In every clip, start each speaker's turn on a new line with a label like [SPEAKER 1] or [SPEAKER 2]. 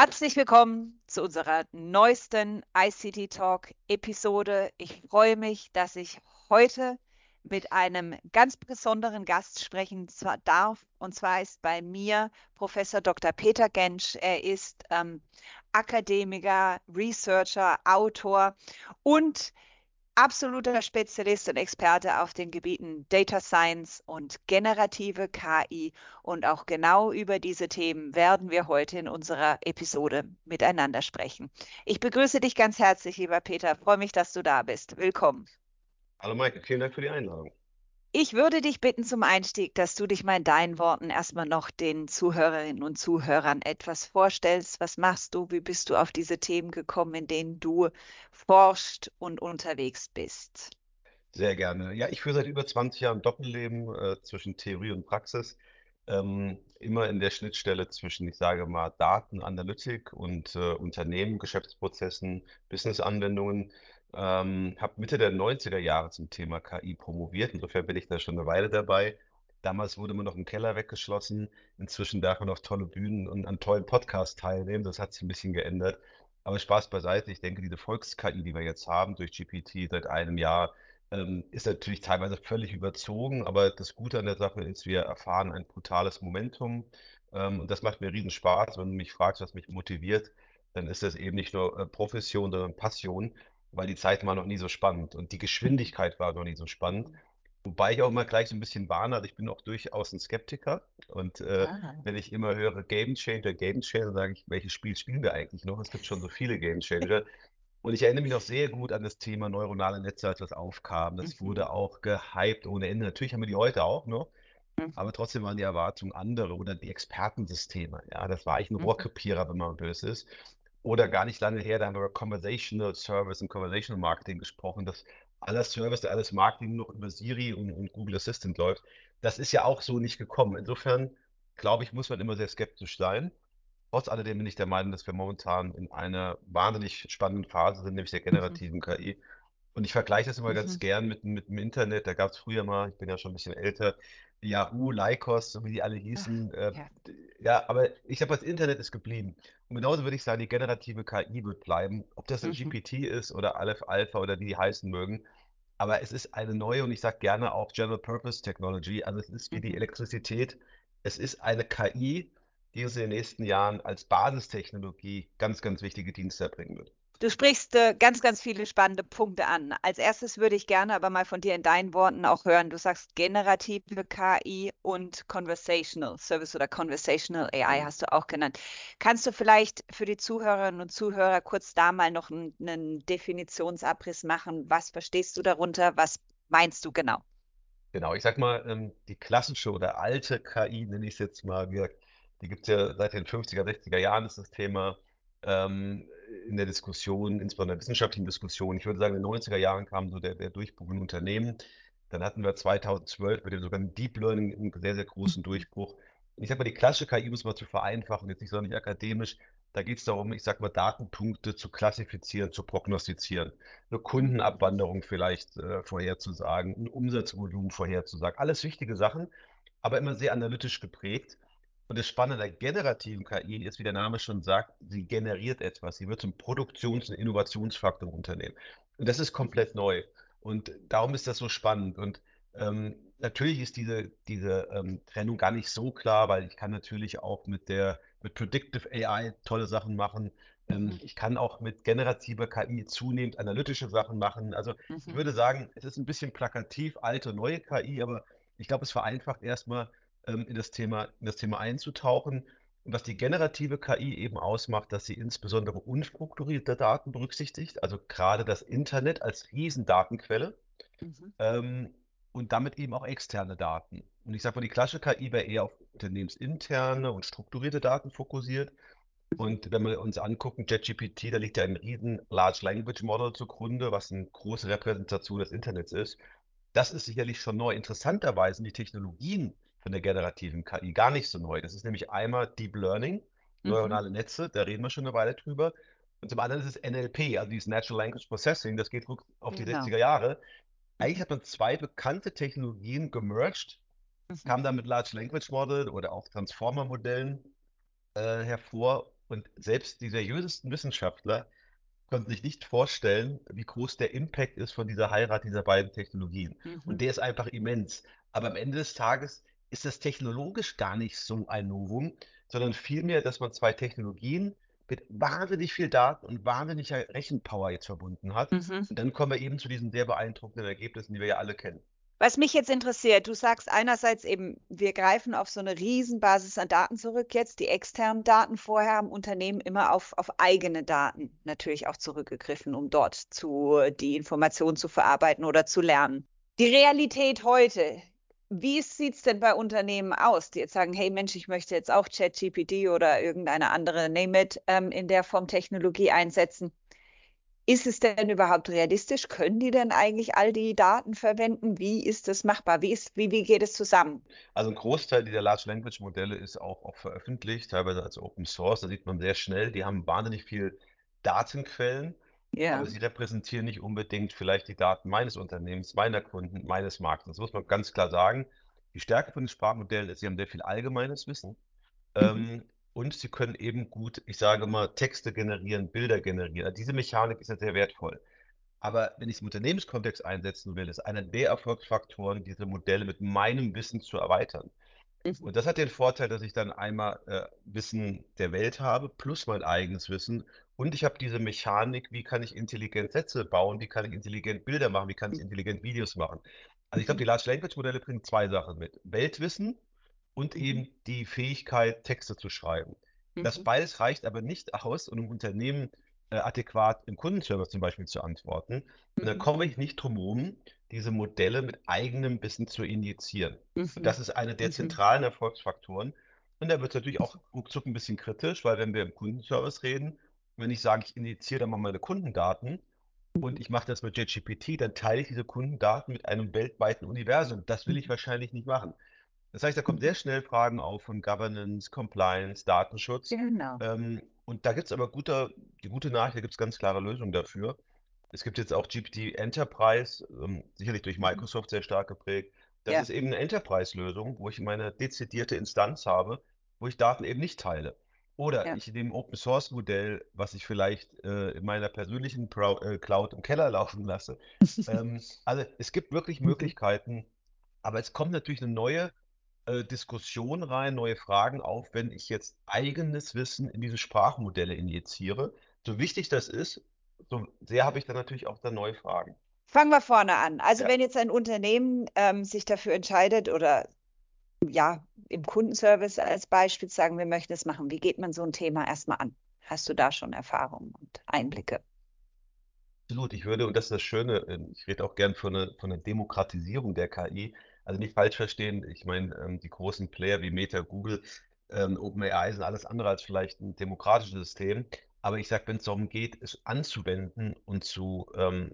[SPEAKER 1] Herzlich willkommen zu unserer neuesten ICT Talk Episode. Ich freue mich, dass ich heute mit einem ganz besonderen Gast sprechen darf. Und zwar ist bei mir Professor Dr. Peter Gentsch. Er ist Akademiker, Researcher, Autor und absoluter Spezialist und Experte auf den Gebieten Data Science und generative KI. Und auch genau über diese Themen werden wir heute in unserer Episode miteinander sprechen. Ich begrüße dich ganz herzlich, lieber Peter. Freue mich, dass du da bist. Willkommen.
[SPEAKER 2] Hallo Maike, vielen Dank für die Einladung.
[SPEAKER 1] Ich würde dich bitten zum Einstieg, dass du dich mal in deinen Worten erstmal noch den Zuhörerinnen und Zuhörern etwas vorstellst. Was machst du? Wie bist du auf diese Themen gekommen, in denen du forscht und unterwegs bist?
[SPEAKER 2] Sehr gerne. Ja, ich führe seit über 20 Jahren ein Doppelleben zwischen Theorie und Praxis. Immer in der Schnittstelle zwischen, ich sage mal, Daten, Analytik und Unternehmen, Geschäftsprozessen, Business-Anwendungen. Habe Mitte der 90er Jahre zum Thema KI promoviert. Insofern bin ich da schon eine Weile dabei. Damals wurde man noch im Keller weggeschlossen. Inzwischen darf man auf tolle Bühnen und an tollen Podcasts teilnehmen. Das hat sich ein bisschen geändert. Aber Spaß beiseite. Ich denke, diese Volks-KI, die wir jetzt haben durch GPT seit einem Jahr, ist natürlich teilweise völlig überzogen, aber das Gute an der Sache ist, wir erfahren ein brutales Momentum, und das macht mir riesen Spaß. Wenn du mich fragst, was mich motiviert, dann ist das eben nicht nur Profession, sondern Passion, weil die Zeit war noch nie so spannend und die Geschwindigkeit war noch nie so spannend. Wobei ich auch mal gleich so ein bisschen warne, also ich bin auch durchaus ein Skeptiker und
[SPEAKER 1] Ah.
[SPEAKER 2] wenn ich immer höre Game Changer, sage ich, welches Spiel spielen wir eigentlich noch? Es gibt schon so viele Game Changer. Und ich erinnere mich noch sehr gut an das Thema neuronale Netze, als das aufkam. Das
[SPEAKER 1] Mhm.
[SPEAKER 2] wurde auch gehypt ohne Ende. Natürlich haben wir die heute auch noch,
[SPEAKER 1] Mhm.
[SPEAKER 2] aber trotzdem waren die Erwartungen andere oder die Expertensysteme. Ja, das war eigentlich ein
[SPEAKER 1] Mhm.
[SPEAKER 2] Rohrkrepierer, wenn man böse ist. Oder gar nicht lange her, da haben wir über Conversational Service und Conversational Marketing gesprochen, dass alles Service, alles Marketing noch über Siri und Google Assistant läuft. Das ist ja auch so nicht gekommen. Insofern, glaube ich, muss man immer sehr skeptisch sein. Trotz alledem bin ich der Meinung, dass wir momentan in einer wahnsinnig spannenden Phase sind, nämlich der
[SPEAKER 1] Mhm.
[SPEAKER 2] generativen KI. Und ich vergleiche das immer ganz
[SPEAKER 1] Mhm.
[SPEAKER 2] gern mit dem Internet. Da gab es früher mal, ich bin ja schon ein bisschen älter, Yahoo, Lycos, so wie die alle
[SPEAKER 1] Ach,
[SPEAKER 2] hießen.
[SPEAKER 1] ja.
[SPEAKER 2] Ja, aber ich glaube, das Internet ist geblieben. Und genauso würde ich sagen, die generative KI wird bleiben. Ob das ein
[SPEAKER 1] Mhm.
[SPEAKER 2] GPT ist oder Aleph Alpha oder wie die heißen mögen. Aber es ist eine neue und ich sage gerne auch General Purpose Technology. Also es ist wie die
[SPEAKER 1] Mhm.
[SPEAKER 2] Elektrizität. Es ist eine KI, die uns in den nächsten Jahren als Basistechnologie ganz, ganz wichtige Dienste erbringen wird.
[SPEAKER 1] Du sprichst ganz, ganz viele spannende Punkte an. Als erstes würde ich gerne aber mal von dir in deinen Worten auch hören. Du sagst generative KI und Conversational Service oder Conversational AI hast du auch genannt. Kannst du vielleicht für die Zuhörerinnen und Zuhörer kurz da mal noch einen Definitionsabriss machen? Was verstehst du darunter? Was meinst du genau?
[SPEAKER 2] Genau, ich sag mal, die klassische oder alte KI, nenne ich es jetzt mal, die gibt es ja seit den 50er, 60er Jahren, ist das Thema ähm, in der Diskussion, insbesondere in der wissenschaftlichen Diskussion. Ich würde sagen, in den 90er Jahren kam so der Durchbruch in Unternehmen. Dann hatten wir 2012 mit dem sogenannten Deep Learning einen sehr, sehr großen
[SPEAKER 1] Mhm.
[SPEAKER 2] Durchbruch. Und ich sag mal, die klassische KI muss man zu vereinfachen, jetzt nicht so nicht akademisch. Da geht es darum, ich sag mal, Datenpunkte zu klassifizieren, zu prognostizieren, eine
[SPEAKER 1] Mhm.
[SPEAKER 2] Kundenabwanderung vielleicht vorherzusagen, ein Umsatzvolumen vorherzusagen. Alles wichtige Sachen, aber immer sehr analytisch geprägt. Und das Spannende der generativen KI ist, wie der Name schon sagt, sie generiert etwas. Sie wird zum Produktions- und Innovationsfaktor im Unternehmen. Und das ist
[SPEAKER 1] Mhm.
[SPEAKER 2] komplett neu. Und darum ist das so spannend. Und natürlich ist diese Trennung gar nicht so klar, weil ich kann natürlich auch mit Predictive AI tolle Sachen machen.
[SPEAKER 1] Mhm.
[SPEAKER 2] Ich kann auch mit generativer KI zunehmend analytische Sachen machen. Also ich
[SPEAKER 1] Mhm.
[SPEAKER 2] würde sagen, es ist ein bisschen plakativ, alte, neue KI, aber ich glaube, es vereinfacht erstmal in das Thema einzutauchen. Und was die generative KI eben ausmacht, dass sie insbesondere unstrukturierte Daten berücksichtigt, also gerade das Internet als Riesendatenquelle,
[SPEAKER 1] Mhm.
[SPEAKER 2] ähm, und damit eben auch externe Daten. Und ich sage mal, die klassische KI wäre eher auf unternehmensinterne und strukturierte Daten fokussiert.
[SPEAKER 1] Mhm.
[SPEAKER 2] Und wenn wir uns angucken, ChatGPT, da liegt ja ein riesen Large Language Model zugrunde, was eine große Repräsentation des Internets ist. Das ist sicherlich schon neu. Interessanterweise sind die Technologien von der generativen KI gar nicht so neu. Das ist nämlich einmal Deep Learning,
[SPEAKER 1] Mhm.
[SPEAKER 2] neuronale Netze, da reden wir schon eine Weile drüber. Und zum anderen ist es NLP, also dieses Natural Language Processing, das geht zurück auf die
[SPEAKER 1] Genau.
[SPEAKER 2] 60er Jahre. Eigentlich
[SPEAKER 1] Mhm.
[SPEAKER 2] hat man zwei bekannte Technologien gemerged,
[SPEAKER 1] Mhm.
[SPEAKER 2] kam dann mit Large Language Model oder auch Transformer-Modellen hervor. Und selbst die seriösesten Wissenschaftler konnten sich nicht vorstellen, wie groß der Impact ist von dieser Heirat dieser beiden Technologien. Und
[SPEAKER 1] Mhm.
[SPEAKER 2] der ist einfach immens. Aber am Ende des Tages ist das technologisch gar nicht so ein Novum, sondern vielmehr, dass man zwei Technologien mit wahnsinnig viel Daten und wahnsinniger Rechenpower jetzt verbunden hat.
[SPEAKER 1] Mhm.
[SPEAKER 2] Und dann kommen wir eben zu diesen sehr beeindruckenden Ergebnissen, die wir ja alle kennen.
[SPEAKER 1] Was mich jetzt interessiert, du sagst einerseits eben, wir greifen auf so eine Riesenbasis an Daten zurück jetzt, die externen Daten. Vorher haben Unternehmen immer auf eigene Daten natürlich auch zurückgegriffen, um dort die Informationen zu verarbeiten oder zu lernen. Die Realität heute, wie sieht es denn bei Unternehmen aus, die jetzt sagen, hey Mensch, ich möchte jetzt auch ChatGPT oder irgendeine andere, name it, in der Form Technologie einsetzen? Ist es denn überhaupt realistisch? Können die denn eigentlich all die Daten verwenden? Wie ist das machbar? Wie geht es zusammen?
[SPEAKER 2] Also ein Großteil dieser Large Language Modelle ist auch veröffentlicht, teilweise als Open Source. Da sieht man sehr schnell, die haben wahnsinnig viel Datenquellen, aber
[SPEAKER 1] Ja.
[SPEAKER 2] sie repräsentieren nicht unbedingt vielleicht die Daten meines Unternehmens, meiner Kunden, meines Marktes. Das muss man ganz klar sagen. Die Stärke von den Sprachmodellen ist, sie haben sehr viel allgemeines Wissen,
[SPEAKER 1] Mhm.
[SPEAKER 2] und sie können eben gut, ich sage mal, Texte generieren, Bilder generieren. Also diese Mechanik ist ja sehr wertvoll. Aber wenn ich es im Unternehmenskontext einsetzen will, ist einer der Erfolgsfaktoren, diese Modelle mit meinem Wissen zu erweitern.
[SPEAKER 1] Mhm.
[SPEAKER 2] Und das hat den Vorteil, dass ich dann einmal Wissen der Welt habe, plus mein eigenes Wissen. Und ich habe diese Mechanik, wie kann ich intelligent Sätze bauen, wie kann ich intelligent Bilder machen, wie kann ich intelligent Videos machen. Also ich glaube,
[SPEAKER 1] Mhm.
[SPEAKER 2] die Large Language Modelle bringen zwei Sachen mit. Weltwissen und
[SPEAKER 1] Mhm.
[SPEAKER 2] eben die Fähigkeit, Texte zu schreiben. Das
[SPEAKER 1] Mhm.
[SPEAKER 2] beides reicht aber nicht aus, um im Unternehmen adäquat im Kundenservice zum Beispiel zu antworten. Und dann
[SPEAKER 1] Mhm.
[SPEAKER 2] komme ich nicht drum herum, diese Modelle mit eigenem Wissen zu injizieren. Und
[SPEAKER 1] Mhm.
[SPEAKER 2] das ist einer der
[SPEAKER 1] Mhm.
[SPEAKER 2] zentralen Erfolgsfaktoren. Und da wird es natürlich auch ruckzuck ein bisschen kritisch, weil wenn wir im Kundenservice reden, wenn ich sage, ich injiziere da mal meine Kundendaten und ich mache das mit JGPT, dann teile ich diese Kundendaten mit einem weltweiten Universum. Das will ich
[SPEAKER 1] Mhm.
[SPEAKER 2] wahrscheinlich nicht machen. Das heißt, da kommen
[SPEAKER 1] Mhm.
[SPEAKER 2] sehr schnell Fragen auf von Governance, Compliance, Datenschutz.
[SPEAKER 1] Genau.
[SPEAKER 2] Und da gibt es aber die gute Nachricht, da gibt es ganz klare Lösungen dafür. Es gibt jetzt auch GPT Enterprise, sicherlich durch
[SPEAKER 1] Mhm.
[SPEAKER 2] Microsoft sehr stark geprägt. Das
[SPEAKER 1] Ja.
[SPEAKER 2] ist eben eine Enterprise-Lösung, wo ich meine dezidierte Instanz habe, wo ich Daten eben nicht teile. Oder
[SPEAKER 1] Ja.
[SPEAKER 2] ich nehme ein Open Source Modell, was ich vielleicht in meiner persönlichen Cloud im Keller laufen lasse. Also es gibt wirklich
[SPEAKER 1] Mhm.
[SPEAKER 2] Möglichkeiten, aber es kommt natürlich eine neue Diskussion rein, neue Fragen auf, wenn ich jetzt eigenes Wissen in diese Sprachmodelle injiziere. So wichtig das ist, so sehr habe ich dann natürlich auch dann neue Fragen.
[SPEAKER 1] Fangen wir vorne an. Also
[SPEAKER 2] Ja,
[SPEAKER 1] wenn jetzt ein Unternehmen sich dafür entscheidet oder ja, im Kundenservice als Beispiel sagen, wir möchten es machen, wie geht man so ein Thema erstmal an? Hast du da schon Erfahrungen und Einblicke?
[SPEAKER 2] absolut. Ich würde, und das ist das Schöne, ich rede auch gern von einer Demokratisierung der KI. Also nicht falsch verstehen, ich meine, die großen Player wie Meta, Google, OpenAI sind alles andere als vielleicht ein demokratisches System. Aber ich sage, wenn es darum geht, es anzuwenden und zu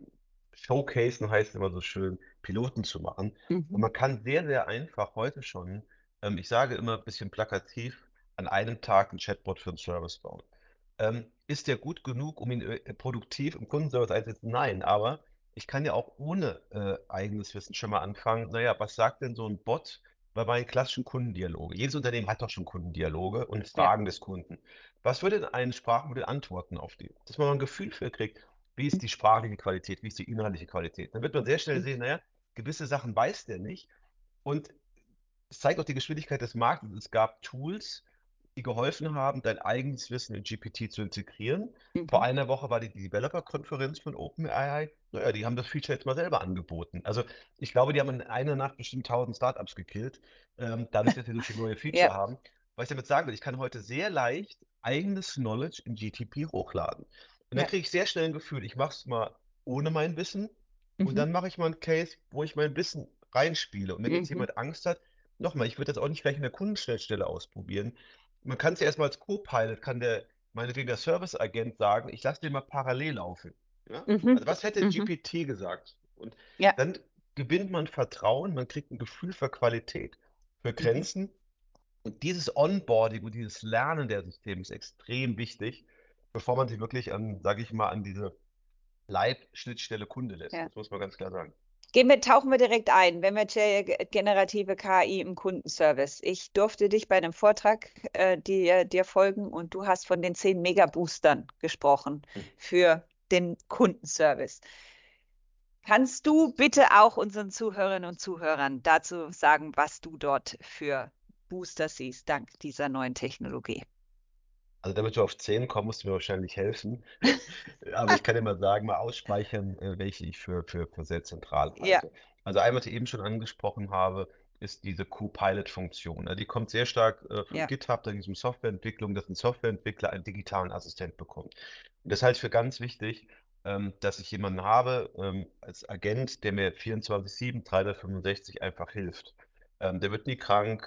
[SPEAKER 2] showcasen, heißt immer so schön, Piloten zu machen. Und
[SPEAKER 1] Mhm.
[SPEAKER 2] man kann sehr, sehr einfach heute schon, ich sage immer ein bisschen plakativ, an einem Tag einen Chatbot für einen Service bauen. Ist der gut genug, um ihn produktiv im Kundenservice einzusetzen? Nein, aber ich kann ja auch ohne eigenes Wissen schon mal anfangen. Naja, was sagt denn so ein Bot bei meinen klassischen Kundendialoge? Jedes Unternehmen hat doch schon Kundendialoge und
[SPEAKER 1] Ja.
[SPEAKER 2] Fragen des Kunden. Was würde denn ein Sprachmodell antworten auf die? Dass man mal ein Gefühl für kriegt, wie ist die sprachliche Qualität, wie ist die inhaltliche Qualität? Dann wird man sehr schnell
[SPEAKER 1] Mhm.
[SPEAKER 2] sehen, naja, gewisse Sachen weiß der nicht. Und es zeigt auch die Geschwindigkeit des Marktes. Es gab Tools, die geholfen haben, dein eigenes Wissen in GPT zu integrieren. Vor
[SPEAKER 1] Mhm.
[SPEAKER 2] einer Woche war die Developer-Konferenz von OpenAI. Naja, die haben das Feature jetzt mal selber angeboten. Also ich glaube, die haben in einer Nacht bestimmt 1000 Startups gekillt, dadurch, dass sie so viele neue
[SPEAKER 1] Ja.
[SPEAKER 2] Feature haben. Was ich damit sagen will, ich kann heute sehr leicht eigenes Knowledge in GTP hochladen. Und dann
[SPEAKER 1] Ja.
[SPEAKER 2] kriege ich sehr schnell ein Gefühl, ich mache es mal ohne mein Wissen und
[SPEAKER 1] Mhm.
[SPEAKER 2] dann mache ich mal einen Case, wo ich mein Wissen reinspiele. Und wenn jetzt
[SPEAKER 1] Mhm.
[SPEAKER 2] jemand Angst hat, nochmal, ich würde das auch nicht gleich in der Kundenschnittstelle ausprobieren. Man kann es ja erstmal als Co-Pilot, kann meinetwegen der Service-Agent sagen, ich lasse den mal parallel laufen. Ja?
[SPEAKER 1] Mhm.
[SPEAKER 2] Also was hätte
[SPEAKER 1] Mhm.
[SPEAKER 2] GPT gesagt? Und
[SPEAKER 1] Ja.
[SPEAKER 2] dann gewinnt man Vertrauen, man kriegt ein Gefühl für Qualität, für
[SPEAKER 1] Mhm.
[SPEAKER 2] Grenzen. Und dieses Onboarding und dieses Lernen der Systeme ist extrem wichtig, bevor man sich wirklich an, sage ich mal, an diese Live-Schnittstelle Kunde lässt.
[SPEAKER 1] Ja.
[SPEAKER 2] Das muss man ganz klar sagen.
[SPEAKER 1] Tauchen wir direkt ein, wenn wir generative KI im Kundenservice. Ich durfte dich bei einem Vortrag dir folgen und du hast von den 10 Mega-Boostern gesprochen für den Kundenservice. Kannst du bitte auch unseren Zuhörerinnen und Zuhörern dazu sagen, was du dort für Booster siehst, dank dieser neuen Technologie?
[SPEAKER 2] Also damit wir auf 10 kommen, musst du mir wahrscheinlich helfen. Aber ich kann dir mal sagen, mal ausspeichern, welche ich für sehr zentral
[SPEAKER 1] Ja,
[SPEAKER 2] halte. Also einmal, was ich eben schon angesprochen habe, ist diese Copilot-Funktion. Die kommt sehr stark von
[SPEAKER 1] ja.
[SPEAKER 2] GitHub, da geht es um Softwareentwicklung, dass ein Softwareentwickler einen digitalen Assistent bekommt. Und das halte ich für ganz wichtig, dass ich jemanden habe als Agent, der mir 24/7, 365 einfach hilft. Der wird nie krank,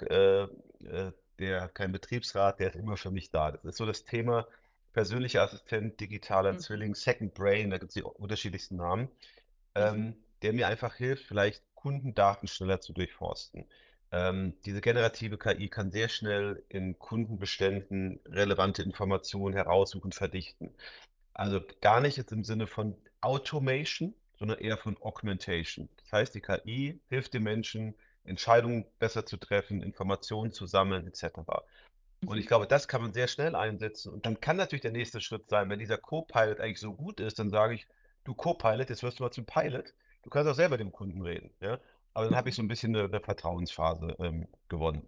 [SPEAKER 2] der hat keinen Betriebsrat, der ist immer für mich da. Das ist so das Thema persönlicher Assistent, digitaler
[SPEAKER 1] Mhm,
[SPEAKER 2] Zwilling, Second Brain, da gibt es die unterschiedlichsten Namen,
[SPEAKER 1] mhm,
[SPEAKER 2] der mir einfach hilft, vielleicht Kundendaten schneller zu durchforsten. Diese generative KI kann sehr schnell in Kundenbeständen relevante Informationen heraussuchen, verdichten. Also gar nicht jetzt im Sinne von Automation, sondern eher von Augmentation. Das heißt, die KI hilft den Menschen, Entscheidungen besser zu treffen, Informationen zu sammeln, etc. Und
[SPEAKER 1] mhm,
[SPEAKER 2] ich glaube, das kann man sehr schnell einsetzen. Und dann kann natürlich der nächste Schritt sein, wenn dieser Co-Pilot eigentlich so gut ist, dann sage ich, du Co-Pilot, jetzt wirst du mal zum Pilot. Du kannst auch selber mit dem Kunden reden. Ja? Aber dann habe ich
[SPEAKER 1] mhm,
[SPEAKER 2] so ein bisschen eine Vertrauensphase gewonnen.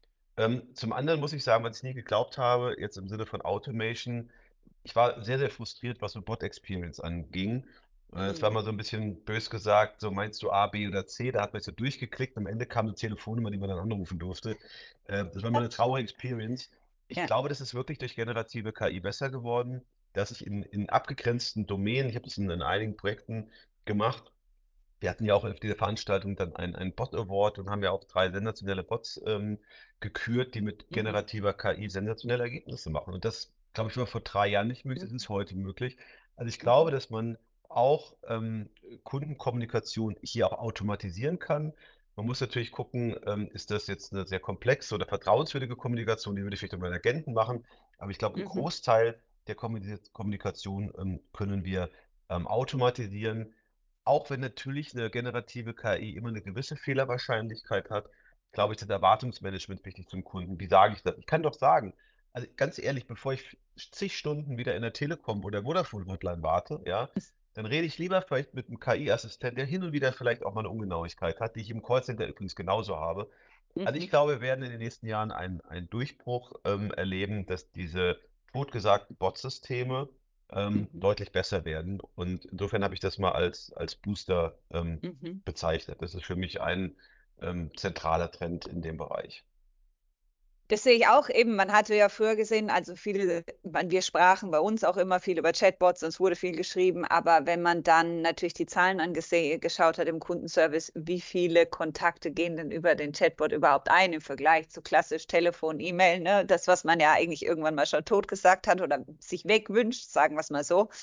[SPEAKER 2] Zum anderen muss ich sagen, was ich nie geglaubt habe, jetzt im Sinne von Automation, ich war sehr, sehr frustriert, was so Bot Experience anging. Es war
[SPEAKER 1] mhm.
[SPEAKER 2] mal so ein bisschen bös gesagt, so meinst du A, B oder C, da hat man so durchgeklickt, am Ende kam eine Telefonnummer, die man dann anrufen durfte. Das war mal eine traurige Experience. Ich
[SPEAKER 1] Ja.
[SPEAKER 2] glaube, das ist wirklich durch generative KI besser geworden, dass ich in abgegrenzten Domänen, ich habe das in einigen Projekten gemacht, wir hatten ja auch auf dieser Veranstaltung dann einen Bot Award und haben ja auch 3 sensationelle Bots gekürt, die mit
[SPEAKER 1] Mhm,
[SPEAKER 2] generativer KI sensationelle Ergebnisse machen. Und das, glaube ich, war vor 3 Jahren nicht möglich, das
[SPEAKER 1] mhm,
[SPEAKER 2] ist heute möglich. Also ich glaube,
[SPEAKER 1] mhm,
[SPEAKER 2] dass man auch Kundenkommunikation hier auch automatisieren kann. Man muss natürlich gucken, ist das jetzt eine sehr komplexe oder vertrauenswürdige Kommunikation, die würde ich vielleicht mit meinen Agenten machen. Aber ich glaube, einen
[SPEAKER 1] mhm,
[SPEAKER 2] Großteil der Kommunikation können wir automatisieren. Auch wenn natürlich eine generative KI immer eine gewisse Fehlerwahrscheinlichkeit hat, glaube ich, ist das Erwartungsmanagement wichtig zum Kunden. Wie sage ich das? Ich kann doch sagen, also ganz ehrlich, bevor ich zig Stunden wieder in der Telekom oder Vodafone-Hotline warte, ja, dann rede ich lieber vielleicht mit einem KI-Assistent, der hin und wieder vielleicht auch mal eine Ungenauigkeit hat, die ich im Callcenter übrigens genauso habe. Also ich
[SPEAKER 1] mhm,
[SPEAKER 2] glaube, wir werden in den nächsten Jahren einen Durchbruch erleben, dass diese totgesagten Bot-Systeme
[SPEAKER 1] mhm,
[SPEAKER 2] deutlich besser werden. Und insofern habe ich das mal als Booster
[SPEAKER 1] mhm.
[SPEAKER 2] bezeichnet. Das ist für mich ein zentraler Trend in dem Bereich.
[SPEAKER 1] Das sehe ich auch eben. Man hatte ja früher gesehen, also viel, wir sprachen bei uns auch immer viel über Chatbots und es wurde viel geschrieben, aber wenn man dann natürlich die Zahlen angeschaut hat im Kundenservice, wie viele Kontakte gehen denn über den Chatbot überhaupt ein im Vergleich zu klassisch Telefon, E-Mail, ne? Das, was man ja eigentlich irgendwann mal schon tot gesagt hat oder sich wegwünscht, sagen wir es mal so,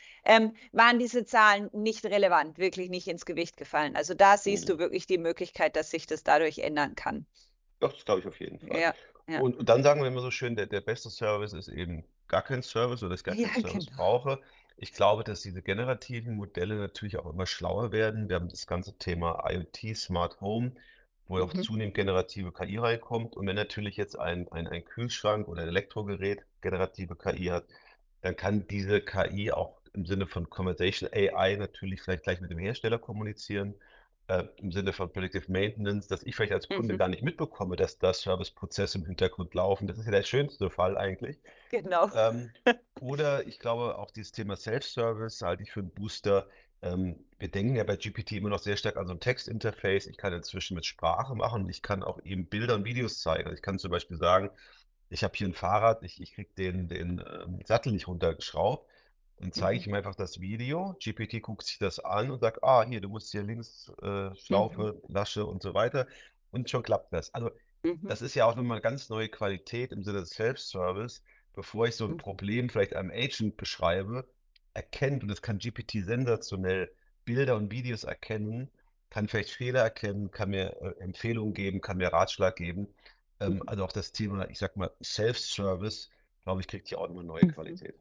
[SPEAKER 1] waren diese Zahlen nicht relevant, wirklich nicht ins Gewicht gefallen. Also da siehst du
[SPEAKER 2] Mhm.
[SPEAKER 1] wirklich die Möglichkeit, dass sich das dadurch ändern kann.
[SPEAKER 2] Doch, das glaube ich auf jeden Fall.
[SPEAKER 1] Ja, ja.
[SPEAKER 2] Und dann sagen wir immer so schön, der beste Service ist eben gar kein Service oder dass ich gar
[SPEAKER 1] Ja,
[SPEAKER 2] keinen Service
[SPEAKER 1] genau.
[SPEAKER 2] brauche. Ich glaube, dass diese generativen Modelle natürlich auch immer schlauer werden. Wir haben das ganze Thema IoT, Smart Home, wo ja auch
[SPEAKER 1] Mhm.
[SPEAKER 2] zunehmend generative KI reinkommt. Und wenn natürlich jetzt ein Kühlschrank oder ein Elektrogerät generative KI hat, dann kann diese KI auch im Sinne von Conversation AI natürlich vielleicht gleich mit dem Hersteller kommunizieren im Sinne von Predictive Maintenance, dass ich vielleicht als Kunde
[SPEAKER 1] Mhm.
[SPEAKER 2] gar nicht mitbekomme, dass da Serviceprozesse im Hintergrund laufen. Das ist ja der schönste Fall eigentlich.
[SPEAKER 1] Genau.
[SPEAKER 2] Ähm, oder ich glaube, auch dieses Thema Self-Service halte ich für einen Booster. Wir denken ja bei GPT immer noch sehr stark an so ein Textinterface. Ich kann inzwischen mit Sprache machen. Ich kann auch eben Bilder und Videos zeigen. Also ich kann zum Beispiel sagen, ich habe hier ein Fahrrad, ich kriege den Sattel nicht runtergeschraubt. Dann zeige ich
[SPEAKER 1] Mhm.
[SPEAKER 2] ihm einfach das Video. GPT guckt sich das an und sagt, ah, hier, du musst hier links
[SPEAKER 1] Mhm.
[SPEAKER 2] Schlaufe, Lasche und so weiter. Und schon klappt das. Also
[SPEAKER 1] Mhm.
[SPEAKER 2] das ist ja auch nochmal eine ganz neue Qualität im Sinne des Self-Service. Bevor ich so ein
[SPEAKER 1] Mhm.
[SPEAKER 2] Problem vielleicht einem Agent beschreibe, erkennt, und das kann GPT sensationell, Bilder und Videos erkennen, kann vielleicht Fehler erkennen, kann mir Empfehlungen geben, kann mir Ratschlag geben.
[SPEAKER 1] Mhm.
[SPEAKER 2] Also auch das Thema, ich sag mal, Self-Service, glaube ich, kriegt hier auch nochmal neue
[SPEAKER 1] Mhm.
[SPEAKER 2] Qualität.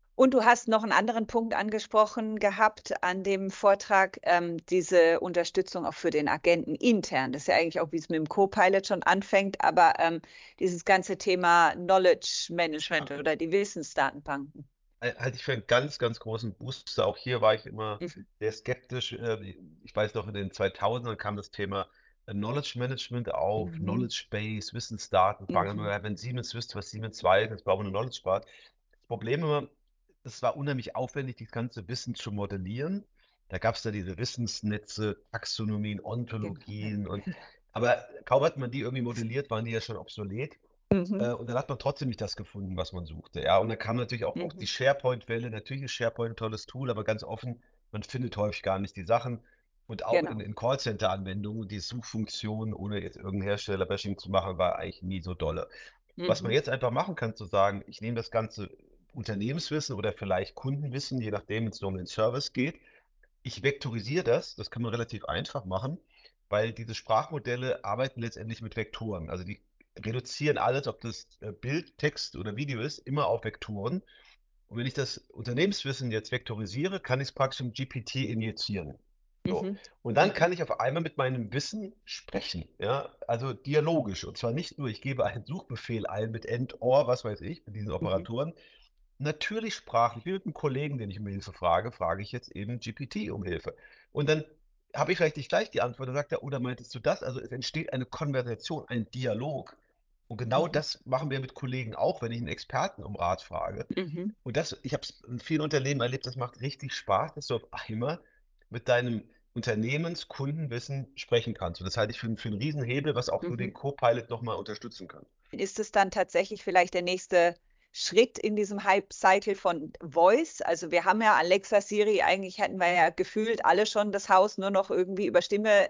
[SPEAKER 1] Und du hast noch einen anderen Punkt angesprochen gehabt an dem Vortrag, diese Unterstützung auch für den Agenten intern. Das ist ja eigentlich auch, wie es mit dem Co-Pilot schon anfängt, aber dieses ganze Thema Knowledge Management oder die Wissensdatenbanken.
[SPEAKER 2] Halte ich für einen ganz, ganz großen Booster. Auch hier war ich immer
[SPEAKER 1] Mhm.
[SPEAKER 2] sehr skeptisch. Ich weiß noch, in den 2000ern kam das Thema Knowledge Management auf,
[SPEAKER 1] Mhm.
[SPEAKER 2] Knowledge Base, Wissensdatenbank.
[SPEAKER 1] Mhm.
[SPEAKER 2] Wenn Siemens wüsste, was Siemens weiß, jetzt brauchen wir eine Knowledge Base. Das Problem immer, es war unheimlich aufwendig, das ganze Wissen zu modellieren. Da gab es da diese Wissensnetze, Taxonomien,
[SPEAKER 1] Genau. Ja.
[SPEAKER 2] Ontologien aber kaum hat man die irgendwie modelliert, waren die ja schon obsolet.
[SPEAKER 1] Mhm.
[SPEAKER 2] Und dann hat man trotzdem nicht das gefunden, was man suchte. Ja, und dann kam natürlich auch die
[SPEAKER 1] Mhm.
[SPEAKER 2] SharePoint-Welle. Natürlich ist SharePoint ein tolles Tool, aber ganz offen, man findet häufig gar nicht die Sachen. Und auch
[SPEAKER 1] Genau.
[SPEAKER 2] in Callcenter-Anwendungen, die Suchfunktion, ohne jetzt irgendein Hersteller-Bashing zu machen, war eigentlich nie so dolle. Was man
[SPEAKER 1] Mhm.
[SPEAKER 2] jetzt einfach machen kann, zu sagen, ich nehme das ganze Unternehmenswissen oder vielleicht Kundenwissen, je nachdem, wenn es nur um den Service geht, ich vektorisiere das, das kann man relativ einfach machen, weil diese Sprachmodelle arbeiten letztendlich mit Vektoren. Also die reduzieren alles, ob das Bild, Text oder Video ist, immer auf Vektoren. Und wenn ich das Unternehmenswissen jetzt vektorisiere, kann ich es praktisch im GPT injizieren. So.
[SPEAKER 1] Mhm.
[SPEAKER 2] Und dann
[SPEAKER 1] Mhm.
[SPEAKER 2] kann ich auf einmal mit meinem Wissen sprechen, ja, also dialogisch. Und zwar nicht nur, ich gebe einen Suchbefehl ein mit End, Or, was weiß ich, mit diesen
[SPEAKER 1] Mhm.
[SPEAKER 2] Operatoren, natürlich sprachlich, wie mit einem Kollegen, den ich um Hilfe frage, frage ich jetzt eben GPT um Hilfe. Und dann habe ich vielleicht nicht gleich die Antwort, dann sagt er, oder meintest du das? Also es entsteht eine Konversation, ein Dialog. Und genau
[SPEAKER 1] Mhm.
[SPEAKER 2] das machen wir mit Kollegen auch, wenn ich einen Experten um Rat frage.
[SPEAKER 1] Mhm.
[SPEAKER 2] Und das, ich habe es in vielen Unternehmen erlebt, das macht richtig Spaß, dass du auf einmal mit deinem Unternehmenskundenwissen sprechen kannst. Und das halte ich für einen Riesenhebel, was auch so
[SPEAKER 1] Mhm.
[SPEAKER 2] den Co-Pilot nochmal unterstützen kann.
[SPEAKER 1] Ist es dann tatsächlich vielleicht der nächste Schritt in diesem Hype-Cycle von Voice? Also wir haben ja Alexa, Siri, eigentlich hätten wir ja gefühlt alle schon das Haus nur noch irgendwie über Stimme,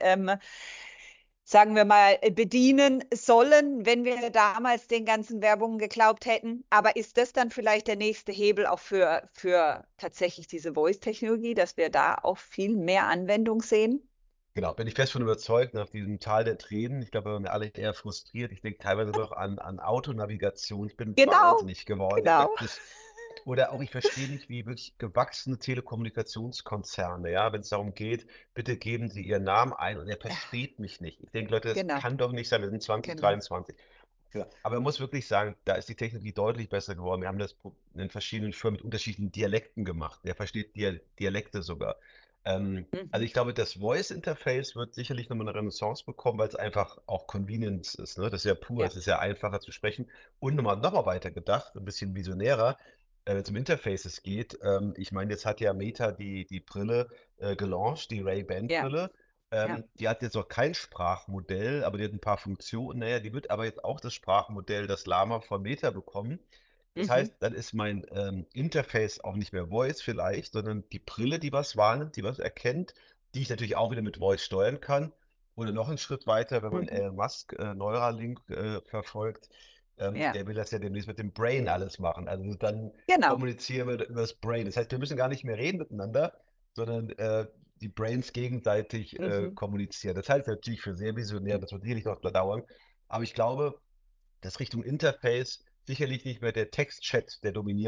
[SPEAKER 1] sagen wir mal, bedienen sollen, wenn wir damals den ganzen Werbungen geglaubt hätten. Aber ist das dann vielleicht der nächste Hebel auch für tatsächlich diese Voice-Technologie, dass wir da auch viel mehr Anwendung sehen?
[SPEAKER 2] Genau, bin ich fest von überzeugt, nach diesem Tal der Tränen. Ich glaube, wir waren alle eher frustriert. Ich denke teilweise noch an Autonavigation. Ich bin
[SPEAKER 1] Genau,
[SPEAKER 2] wahnsinnig geworden.
[SPEAKER 1] genau.
[SPEAKER 2] Oder auch, ich verstehe nicht, wie wirklich gewachsene Telekommunikationskonzerne, ja, wenn es darum geht, bitte geben Sie Ihren Namen ein und er
[SPEAKER 1] Ja,
[SPEAKER 2] versteht mich nicht. Ich denke, Leute, das
[SPEAKER 1] genau,
[SPEAKER 2] kann doch nicht sein. Wir sind
[SPEAKER 1] genau.
[SPEAKER 2] 2023. Ja, aber man muss wirklich sagen, da ist die Technologie deutlich besser geworden. Wir haben das in verschiedenen Firmen mit unterschiedlichen Dialekten gemacht. Der versteht Dialekte sogar. Also
[SPEAKER 1] Mhm.
[SPEAKER 2] ich glaube, das Voice Interface wird sicherlich nochmal eine Renaissance bekommen, weil es einfach auch Convenience ist. Ne? Das ist ja pur,
[SPEAKER 1] Ja.
[SPEAKER 2] es ist ja einfacher zu sprechen. Und noch mal weiter gedacht, ein bisschen visionärer, wenn es um Interfaces geht. Ich meine, jetzt hat ja Meta die Brille gelauncht, die
[SPEAKER 1] Ja,
[SPEAKER 2] Ray-Ban-Brille.
[SPEAKER 1] ja.
[SPEAKER 2] Die hat jetzt noch kein Sprachmodell, aber die hat ein paar Funktionen. Naja, die wird aber jetzt auch das Sprachmodell, das Lama von Meta bekommen. Das
[SPEAKER 1] Mhm.
[SPEAKER 2] heißt, dann ist mein Interface auch nicht mehr Voice vielleicht, sondern die Brille, die was wahrnimmt, die was erkennt, die ich natürlich auch wieder mit Voice steuern kann. Oder noch einen Schritt weiter, wenn man
[SPEAKER 1] Mhm.
[SPEAKER 2] Elon Musk Neuralink verfolgt,
[SPEAKER 1] Ja,
[SPEAKER 2] der will das ja demnächst mit dem Brain alles machen. Also dann
[SPEAKER 1] genau.
[SPEAKER 2] kommunizieren wir über das Brain. Das heißt, wir müssen gar nicht mehr reden miteinander, sondern die Brains gegenseitig
[SPEAKER 1] Mhm.
[SPEAKER 2] kommunizieren. Das halte ich natürlich für sehr visionär, das wird sicherlich noch dauern. Aber ich glaube, dass Richtung Interface sicherlich nicht mehr der Textchat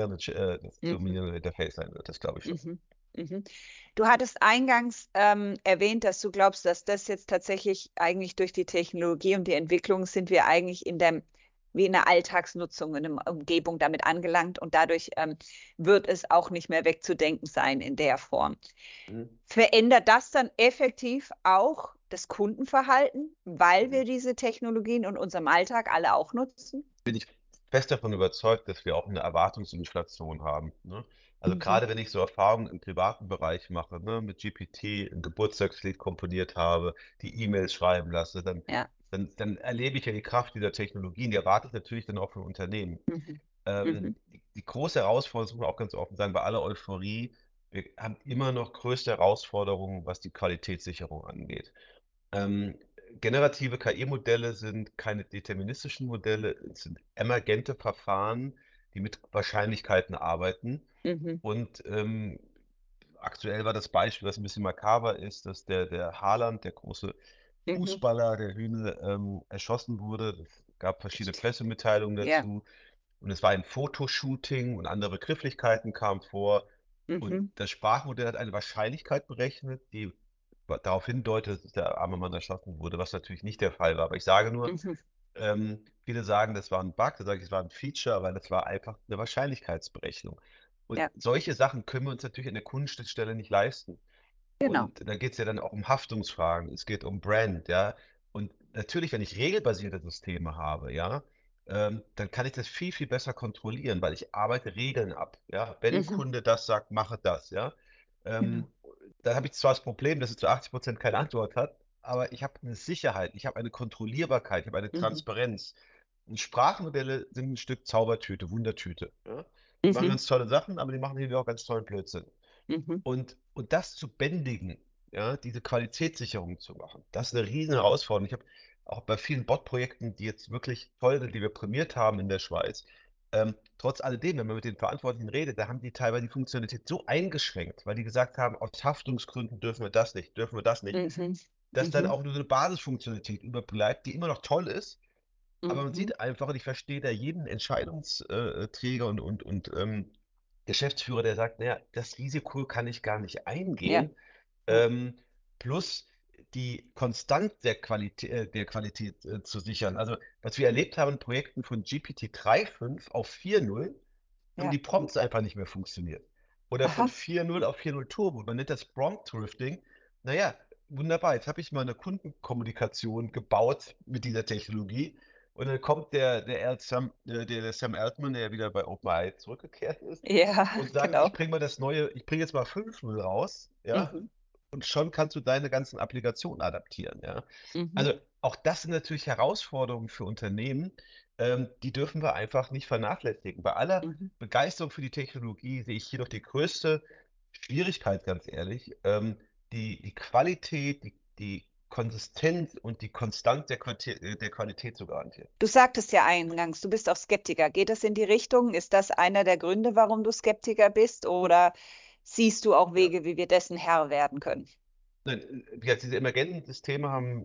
[SPEAKER 2] das
[SPEAKER 1] Mhm.
[SPEAKER 2] dominierende Interface sein wird. Das glaube ich schon.
[SPEAKER 1] Mhm. Mhm. Du hattest eingangs erwähnt, dass du glaubst, dass das jetzt tatsächlich eigentlich durch die Technologie und die Entwicklung sind wir eigentlich wie in der Alltagsnutzung, in einer Umgebung damit angelangt und dadurch wird es auch nicht mehr wegzudenken sein in der Form.
[SPEAKER 2] Mhm.
[SPEAKER 1] Verändert das dann effektiv auch das Kundenverhalten, weil
[SPEAKER 2] Mhm.
[SPEAKER 1] wir diese Technologien in unserem Alltag alle auch nutzen?
[SPEAKER 2] Bin ich fest davon überzeugt, dass wir auch eine Erwartungsinflation haben. Ne? Also
[SPEAKER 1] Mhm.
[SPEAKER 2] gerade wenn ich so Erfahrungen im privaten Bereich mache, ne, mit GPT ein Geburtstagslied komponiert habe, die E-Mails schreiben lasse,
[SPEAKER 1] Ja.
[SPEAKER 2] dann erlebe ich ja die Kraft dieser Technologien. Die erwarte ich natürlich dann auch von Unternehmen.
[SPEAKER 1] Mhm. Mhm.
[SPEAKER 2] Die große Herausforderung, das muss man auch ganz offen sagen, bei aller Euphorie, wir haben immer noch größte Herausforderungen, was die Qualitätssicherung angeht. Ähm, generative KI-Modelle sind keine deterministischen Modelle, es sind emergente Verfahren, die mit Wahrscheinlichkeiten arbeiten.
[SPEAKER 1] Mhm.
[SPEAKER 2] Und aktuell war das Beispiel, was ein bisschen makaber ist, dass der Haaland, der große
[SPEAKER 1] Mhm.
[SPEAKER 2] Fußballer der Hühne, erschossen wurde. Es gab verschiedene Pressemitteilungen
[SPEAKER 1] Ja.
[SPEAKER 2] dazu. und es war ein Fotoshooting und andere Begrifflichkeiten kamen vor. Und
[SPEAKER 1] Mhm.
[SPEAKER 2] das Sprachmodell hat eine Wahrscheinlichkeit berechnet, die darauf hindeutet, dass der arme Mann erschossen wurde, was natürlich nicht der Fall war. Aber ich sage nur,
[SPEAKER 1] Mhm.
[SPEAKER 2] viele sagen, das war ein Bug, da sage ich, es war ein Feature, weil das war einfach eine Wahrscheinlichkeitsberechnung. Und
[SPEAKER 1] Ja,
[SPEAKER 2] solche Sachen können wir uns natürlich in der Kundenschnittstelle nicht leisten.
[SPEAKER 1] genau.
[SPEAKER 2] Und da geht es ja dann auch um Haftungsfragen, es geht um Brand, ja. Und natürlich, wenn ich regelbasierte Systeme habe, ja, dann kann ich das viel, viel besser kontrollieren, weil ich arbeite Regeln ab, ja. Wenn ein
[SPEAKER 1] Mhm.
[SPEAKER 2] Kunde das sagt, mache das, ja.
[SPEAKER 1] Genau.
[SPEAKER 2] Ähm, Dann habe ich zwar das Problem, dass es zu 80% keine Antwort hat, aber ich habe eine Sicherheit, ich habe eine Kontrollierbarkeit, ich habe eine
[SPEAKER 1] Mhm.
[SPEAKER 2] Transparenz. Und Sprachmodelle sind ein Stück Zaubertüte, Wundertüte, ja. Die machen
[SPEAKER 1] Mhm.
[SPEAKER 2] ganz tolle Sachen, aber die machen irgendwie auch ganz tollen Blödsinn.
[SPEAKER 1] Mhm.
[SPEAKER 2] Und das zu bändigen, ja, diese Qualitätssicherung zu machen, das ist eine riesen Herausforderung. Ich habe auch bei vielen Bot-Projekten, die jetzt wirklich toll sind, die wir prämiert haben in der Schweiz, trotz alledem, wenn man mit den Verantwortlichen redet, da haben die teilweise die Funktionalität so eingeschränkt, weil die gesagt haben, aus Haftungsgründen dürfen wir das nicht, dürfen wir das nicht,
[SPEAKER 1] Mhm.
[SPEAKER 2] dass dann
[SPEAKER 1] Mhm.
[SPEAKER 2] auch nur so eine Basisfunktionalität überbleibt, die immer noch toll ist, aber man
[SPEAKER 1] Mhm.
[SPEAKER 2] sieht einfach, und ich verstehe da jeden Entscheidungsträger und Geschäftsführer, der sagt, naja, das Risiko kann ich gar nicht
[SPEAKER 1] Ja,
[SPEAKER 2] eingehen.
[SPEAKER 1] ja.
[SPEAKER 2] Ähm, Plus die Konstanz der Qualität zu sichern. Also, was wir erlebt haben in Projekten von GPT 3.5 auf 4.0, haben
[SPEAKER 1] Ja.
[SPEAKER 2] die Prompts einfach nicht mehr funktioniert. Oder von
[SPEAKER 1] Aha.
[SPEAKER 2] 4.0 auf 4.0 Turbo. Man nennt das Prompt Drifting. Naja, wunderbar. Jetzt habe ich mal eine Kundenkommunikation gebaut mit dieser Technologie. Und dann kommt der Sam Altman, der ja wieder bei OpenAI zurückgekehrt ist,
[SPEAKER 1] Ja,
[SPEAKER 2] und sagt,
[SPEAKER 1] genau.
[SPEAKER 2] ich bringe jetzt mal 5.0 raus, ja,
[SPEAKER 1] Mhm.
[SPEAKER 2] und schon kannst du deine ganzen Applikationen adaptieren, ja.
[SPEAKER 1] Mhm.
[SPEAKER 2] Also auch das sind natürlich Herausforderungen für Unternehmen, die dürfen wir einfach nicht vernachlässigen. Bei aller
[SPEAKER 1] Mhm.
[SPEAKER 2] Begeisterung für die Technologie sehe ich hier doch die größte Schwierigkeit, ganz ehrlich, die Qualität, die Konsistenz und die Konstanz der Qualität zu garantieren.
[SPEAKER 1] Du sagtest ja eingangs, du bist auch Skeptiker. Geht das in die Richtung? Ist das einer der Gründe, warum du Skeptiker bist? Oder siehst du auch
[SPEAKER 2] Ja.
[SPEAKER 1] Wege, wie wir dessen Herr werden können?
[SPEAKER 2] Nein, ja, diese emergenten Systeme haben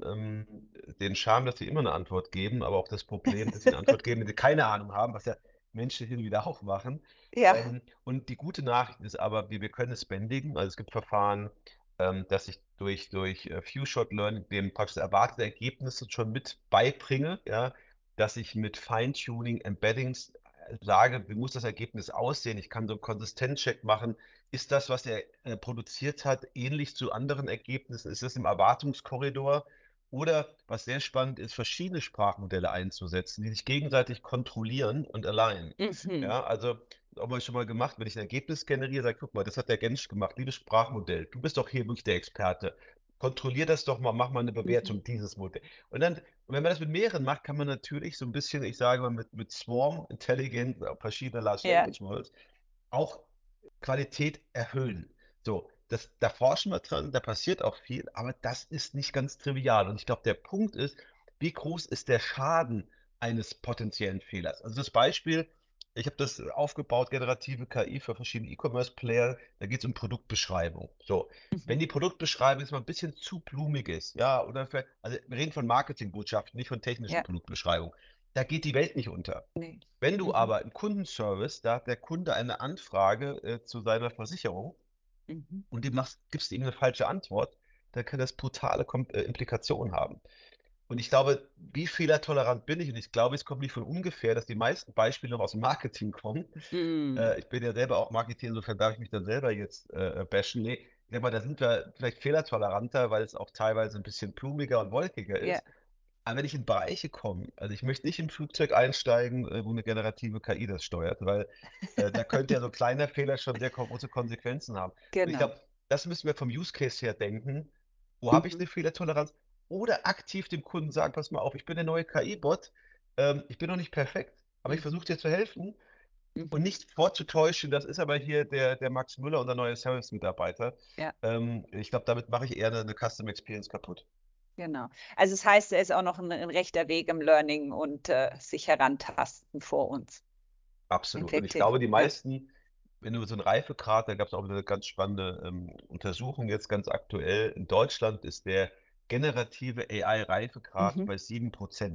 [SPEAKER 2] den Charme, dass sie immer eine Antwort geben, aber auch das Problem, dass sie eine Antwort geben, wenn sie keine Ahnung haben, was ja Menschen hin und wieder auch machen.
[SPEAKER 1] Ja.
[SPEAKER 2] Und die gute Nachricht ist aber, wir können es bändigen. Also es gibt Verfahren, dass ich durch Few-Shot Learning dem praktisch erwartete Ergebnisse schon mit beibringe, ja, dass ich mit Feintuning, Embeddings sage, wie muss das Ergebnis aussehen? Ich kann so einen Konsistenzcheck machen. Ist das, was er produziert hat, ähnlich zu anderen Ergebnissen? Ist das im Erwartungskorridor? Oder, was sehr spannend ist, verschiedene Sprachmodelle einzusetzen, die sich gegenseitig kontrollieren und alignen.
[SPEAKER 1] Mhm.
[SPEAKER 2] Ja, also, haben wir schon mal gemacht, wenn ich ein Ergebnis generiere, sage, guck mal, das hat der Gensch gemacht, liebes Sprachmodell, du bist doch hier wirklich der Experte. Kontrollier das doch mal, mach mal eine
[SPEAKER 1] Mhm.
[SPEAKER 2] Bewertung dieses Modell. Und wenn man das mit mehreren macht, kann man natürlich so ein bisschen, ich sage mal, mit Swarm Intelligence, verschiedene Large
[SPEAKER 1] Ja.
[SPEAKER 2] Language Models, auch Qualität erhöhen. So, da forschen wir dran, da passiert auch viel, aber das ist nicht ganz trivial. Und ich glaube, der Punkt ist, wie groß ist der Schaden eines potenziellen Fehlers? Also das Beispiel, ich habe das aufgebaut, generative KI für verschiedene E-Commerce-Player, da geht es um Produktbeschreibung. So,
[SPEAKER 1] Mhm.
[SPEAKER 2] wenn die Produktbeschreibung jetzt mal ein bisschen zu blumig ist, ja, oder vielleicht, also wir reden von Marketingbotschaften, nicht von technischen
[SPEAKER 1] Ja.
[SPEAKER 2] Produktbeschreibungen, da geht die Welt nicht unter.
[SPEAKER 1] Nee.
[SPEAKER 2] Wenn du
[SPEAKER 1] Mhm.
[SPEAKER 2] aber im Kundenservice, da hat der Kunde eine Anfrage zu seiner Versicherung
[SPEAKER 1] Mhm.
[SPEAKER 2] und gibst ihm eine falsche Antwort, dann kann das brutale Implikationen haben. Und ich glaube, wie fehlertolerant bin ich? Und ich glaube, es kommt nicht von ungefähr, dass die meisten Beispiele noch aus dem Marketing kommen.
[SPEAKER 1] Mhm.
[SPEAKER 2] Ich bin ja selber auch Marketing, insofern darf ich mich dann selber jetzt bashen. Nee, ich sag mal, da sind wir vielleicht fehlertoleranter, weil es auch teilweise ein bisschen blumiger und wolkiger
[SPEAKER 1] Ja.
[SPEAKER 2] ist. Aber wenn ich in Bereiche komme, also ich möchte nicht im Flugzeug einsteigen, wo eine generative KI das steuert, weil da könnte ja so ein kleiner Fehler schon sehr große Konsequenzen haben. Und ich
[SPEAKER 1] Genau.
[SPEAKER 2] glaube, das müssen wir vom Use Case her denken. Wo habe ich
[SPEAKER 1] Mhm.
[SPEAKER 2] eine Fehlertoleranz? Oder aktiv dem Kunden sagen, pass mal auf, ich bin der neue KI-Bot, ich bin noch nicht perfekt, aber ich
[SPEAKER 1] Mhm.
[SPEAKER 2] versuche dir zu helfen und
[SPEAKER 1] Mhm.
[SPEAKER 2] nicht vorzutäuschen, das ist aber hier der Max Müller, unser neuer Service-Mitarbeiter.
[SPEAKER 1] Ja.
[SPEAKER 2] Ich glaube, damit mache ich eher eine Custom Experience kaputt.
[SPEAKER 1] Genau. Also es heißt, er ist auch noch ein rechter Weg im Learning und sich herantasten vor uns.
[SPEAKER 2] Absolut. Und ich
[SPEAKER 1] Effektiv.
[SPEAKER 2] glaube, die
[SPEAKER 1] Ja.
[SPEAKER 2] meisten, wenn du so einen Reifegrad, da gab es auch wieder eine ganz spannende Untersuchung jetzt ganz aktuell. In Deutschland ist der generative AI-Reifegrad
[SPEAKER 1] Mhm.
[SPEAKER 2] bei 7%.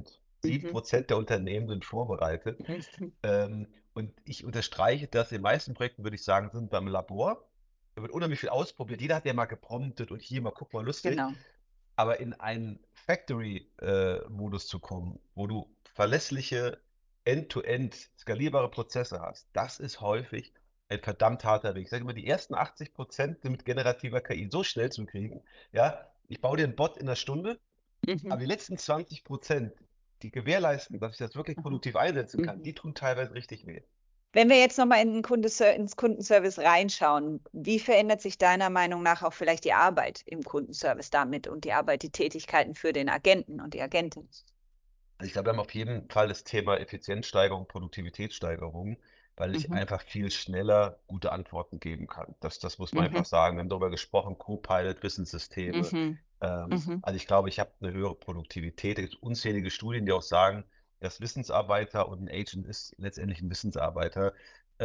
[SPEAKER 2] sieben
[SPEAKER 1] Mhm.
[SPEAKER 2] Prozent der Unternehmen sind vorbereitet.
[SPEAKER 1] Mhm.
[SPEAKER 2] Und ich unterstreiche das, in den meisten Projekten würde ich sagen, sind beim Labor. Da wird unheimlich viel ausprobiert. Jeder hat ja mal gepromptet und hier mal, guck mal, lustig.
[SPEAKER 1] Genau.
[SPEAKER 2] Aber in einen Factory-Modus zu kommen, wo du verlässliche, end-to-end skalierbare Prozesse hast, das ist häufig ein verdammt harter Weg. Ich sage immer, die ersten 80% sind mit generativer KI so schnell zu kriegen. Ja, ich baue dir einen Bot in einer Stunde,
[SPEAKER 1] Mhm.
[SPEAKER 2] aber die letzten 20%, die gewährleisten, dass ich das wirklich
[SPEAKER 1] Mhm.
[SPEAKER 2] produktiv einsetzen kann,
[SPEAKER 1] Mhm.
[SPEAKER 2] die tun teilweise richtig weh.
[SPEAKER 1] Wenn wir jetzt nochmal ins Kundenservice reinschauen, wie verändert sich deiner Meinung nach auch vielleicht die Arbeit im Kundenservice damit und die Arbeit, die Tätigkeiten für den Agenten und die Agentin?
[SPEAKER 2] Also ich glaube, wir haben auf jeden Fall das Thema Effizienzsteigerung, Produktivitätssteigerung, weil ich
[SPEAKER 1] Mhm.
[SPEAKER 2] einfach viel schneller gute Antworten geben kann. Das muss man
[SPEAKER 1] Mhm.
[SPEAKER 2] einfach sagen. Wir haben darüber gesprochen, Copilot, Wissenssysteme.
[SPEAKER 1] Mhm. Mhm.
[SPEAKER 2] Also ich glaube, ich habe eine höhere Produktivität. Es gibt unzählige Studien, die auch sagen, dass Wissensarbeiter und ein Agent ist letztendlich ein Wissensarbeiter,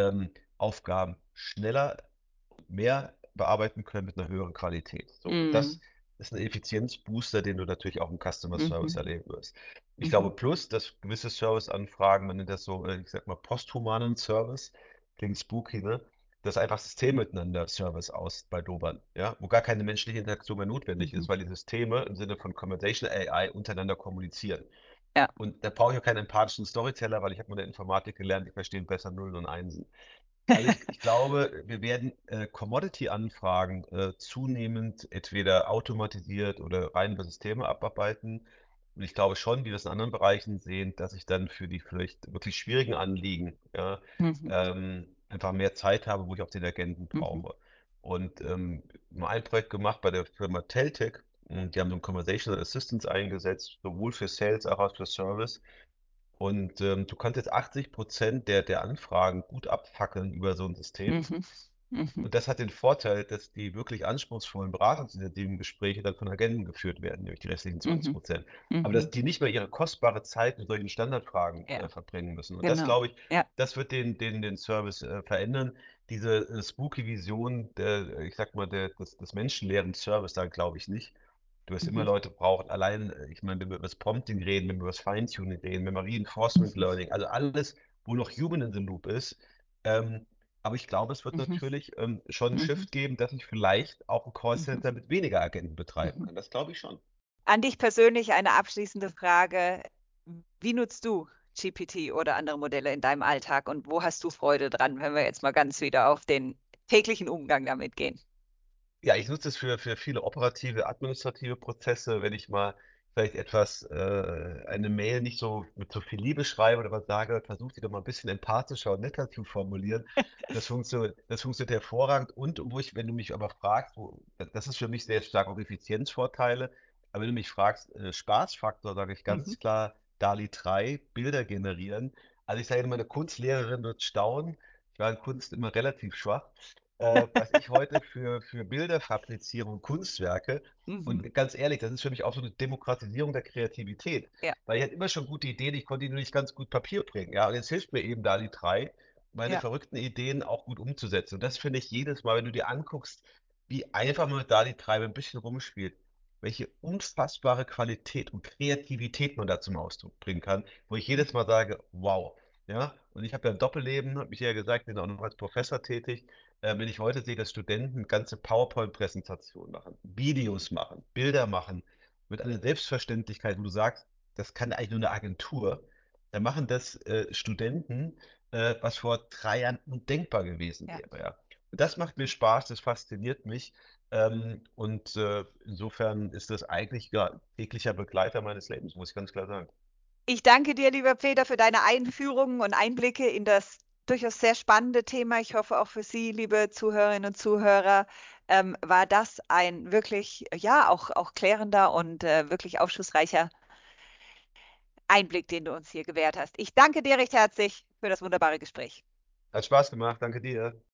[SPEAKER 2] Aufgaben schneller mehr bearbeiten können mit einer höheren Qualität. So, das
[SPEAKER 1] Mhm.
[SPEAKER 2] ist ein Effizienzbooster, den du natürlich auch im Customer Service
[SPEAKER 1] Mhm.
[SPEAKER 2] erleben wirst. Ich glaube
[SPEAKER 1] Mhm.
[SPEAKER 2] plus, dass gewisse Serviceanfragen, man nennt das so, ich sag mal, posthumanen Service, klingt spooky, ne? Dass einfach Systeme miteinander Service ausbaldobern, ja, wo gar keine menschliche Interaktion mehr notwendig ist,
[SPEAKER 1] Mhm.
[SPEAKER 2] weil die Systeme im Sinne von Conversational AI untereinander kommunizieren.
[SPEAKER 1] Ja.
[SPEAKER 2] Und da brauche ich auch keinen empathischen Storyteller, weil ich habe mal in der Informatik gelernt, die verstehen besser Nullen und Einsen. Also ich glaube, wir werden Commodity-Anfragen zunehmend entweder automatisiert oder rein über Systeme abarbeiten. Und ich glaube schon, wie wir es in anderen Bereichen sehen, dass ich dann für die vielleicht wirklich schwierigen Anliegen, ja,
[SPEAKER 1] Mhm.
[SPEAKER 2] einfach mehr Zeit habe, wo ich auch den Agenten
[SPEAKER 1] Mhm.
[SPEAKER 2] brauche. Und mal ein Projekt gemacht bei der Firma Teltec. Und die haben so ein Conversational Assistance eingesetzt, sowohl für Sales als auch für Service. Und du kannst jetzt 80% der Anfragen gut abfackeln über so ein System.
[SPEAKER 1] Mhm. Mhm.
[SPEAKER 2] Und das hat den Vorteil, dass die wirklich anspruchsvollen beratungsintensiven Gespräche dann von Agenten geführt werden, nämlich die restlichen zwanzig
[SPEAKER 1] Mhm.
[SPEAKER 2] Prozent. Aber dass
[SPEAKER 1] Mhm.
[SPEAKER 2] die nicht mehr ihre kostbare Zeit mit solchen Standardfragen
[SPEAKER 1] Ja,
[SPEAKER 2] verbringen müssen. Und das,
[SPEAKER 1] genau.
[SPEAKER 2] glaube ich,
[SPEAKER 1] Ja.
[SPEAKER 2] das wird den Service verändern. Diese spooky Vision ich sag mal, des menschenleeren Service, da glaube ich nicht. Du wirst immer
[SPEAKER 1] Mhm.
[SPEAKER 2] Leute brauchen. Allein, ich meine, wenn wir über das Prompting reden, wenn wir über das Feintuning reden, wenn wir Reinforcement
[SPEAKER 1] Mhm.
[SPEAKER 2] Learning, also alles, wo noch Human in the Loop ist, ähm, aber ich glaube, es wird
[SPEAKER 1] Mhm.
[SPEAKER 2] natürlich schon einen
[SPEAKER 1] Mhm.
[SPEAKER 2] Shift geben, dass ich vielleicht auch ein
[SPEAKER 1] Mhm.
[SPEAKER 2] Callcenter mit weniger Agenten betreiben
[SPEAKER 1] Mhm.
[SPEAKER 2] kann. Das glaube ich schon.
[SPEAKER 1] An dich persönlich eine abschließende Frage. Wie nutzt du GPT oder andere Modelle in deinem Alltag und wo hast du Freude dran, wenn wir jetzt mal ganz wieder auf den täglichen Umgang damit gehen?
[SPEAKER 2] Ja, ich nutze es für viele operative, administrative Prozesse, wenn ich mal vielleicht eine Mail nicht so mit so viel Liebe schreibe oder was sage, versuche die doch mal ein bisschen empathischer und netter zu formulieren. Das funktioniert hervorragend. Und wo ich, wenn du mich aber fragst, das ist für mich sehr stark auf Effizienzvorteile, aber wenn du mich fragst, Spaßfaktor, sage ich
[SPEAKER 1] Mhm.
[SPEAKER 2] ganz klar, DALL-E 3 Bilder generieren. Also ich sage immer, meine Kunstlehrerin wird staunen. Ich war in Kunst immer relativ schwach, was ich heute für Bilder fabriziere und Kunstwerke.
[SPEAKER 1] Mhm.
[SPEAKER 2] Und ganz ehrlich, das ist für mich auch so eine Demokratisierung der Kreativität.
[SPEAKER 1] Ja,
[SPEAKER 2] Weil ich hatte immer schon gute Ideen, ich konnte die nur nicht ganz gut Papier bringen. Ja, und jetzt hilft mir eben DALL-E 3, meine
[SPEAKER 1] ja.
[SPEAKER 2] verrückten Ideen auch gut umzusetzen. Und das finde ich jedes Mal, wenn du dir anguckst, wie einfach man mit DALL-E 3 ein bisschen rumspielt, welche unfassbare Qualität und Kreativität man da zum Ausdruck bringen kann, wo ich jedes Mal sage, wow. Ja, und ich habe ja ein Doppelleben, habe ich ja gesagt, bin auch noch als Professor tätig. Wenn ich heute sehe, dass Studenten ganze PowerPoint-Präsentationen machen, Videos machen, Bilder machen, mit einer Selbstverständlichkeit, wo du sagst, das kann eigentlich nur eine Agentur, dann machen das Studenten, was vor 3 Jahren undenkbar gewesen
[SPEAKER 1] Ja.
[SPEAKER 2] wäre. Ja. Und das macht mir Spaß, das fasziniert mich. Und insofern ist das eigentlich ja täglicher Begleiter meines Lebens, muss ich ganz klar sagen.
[SPEAKER 1] Ich danke dir, lieber Peter, für deine Einführungen und Einblicke in das durchaus sehr spannende Thema. Ich hoffe auch für Sie, liebe Zuhörerinnen und Zuhörer, war das ein wirklich, ja, auch klärender und wirklich aufschlussreicher Einblick, den du uns hier gewährt hast. Ich danke dir recht herzlich für das wunderbare Gespräch.
[SPEAKER 2] Hat Spaß gemacht, danke dir.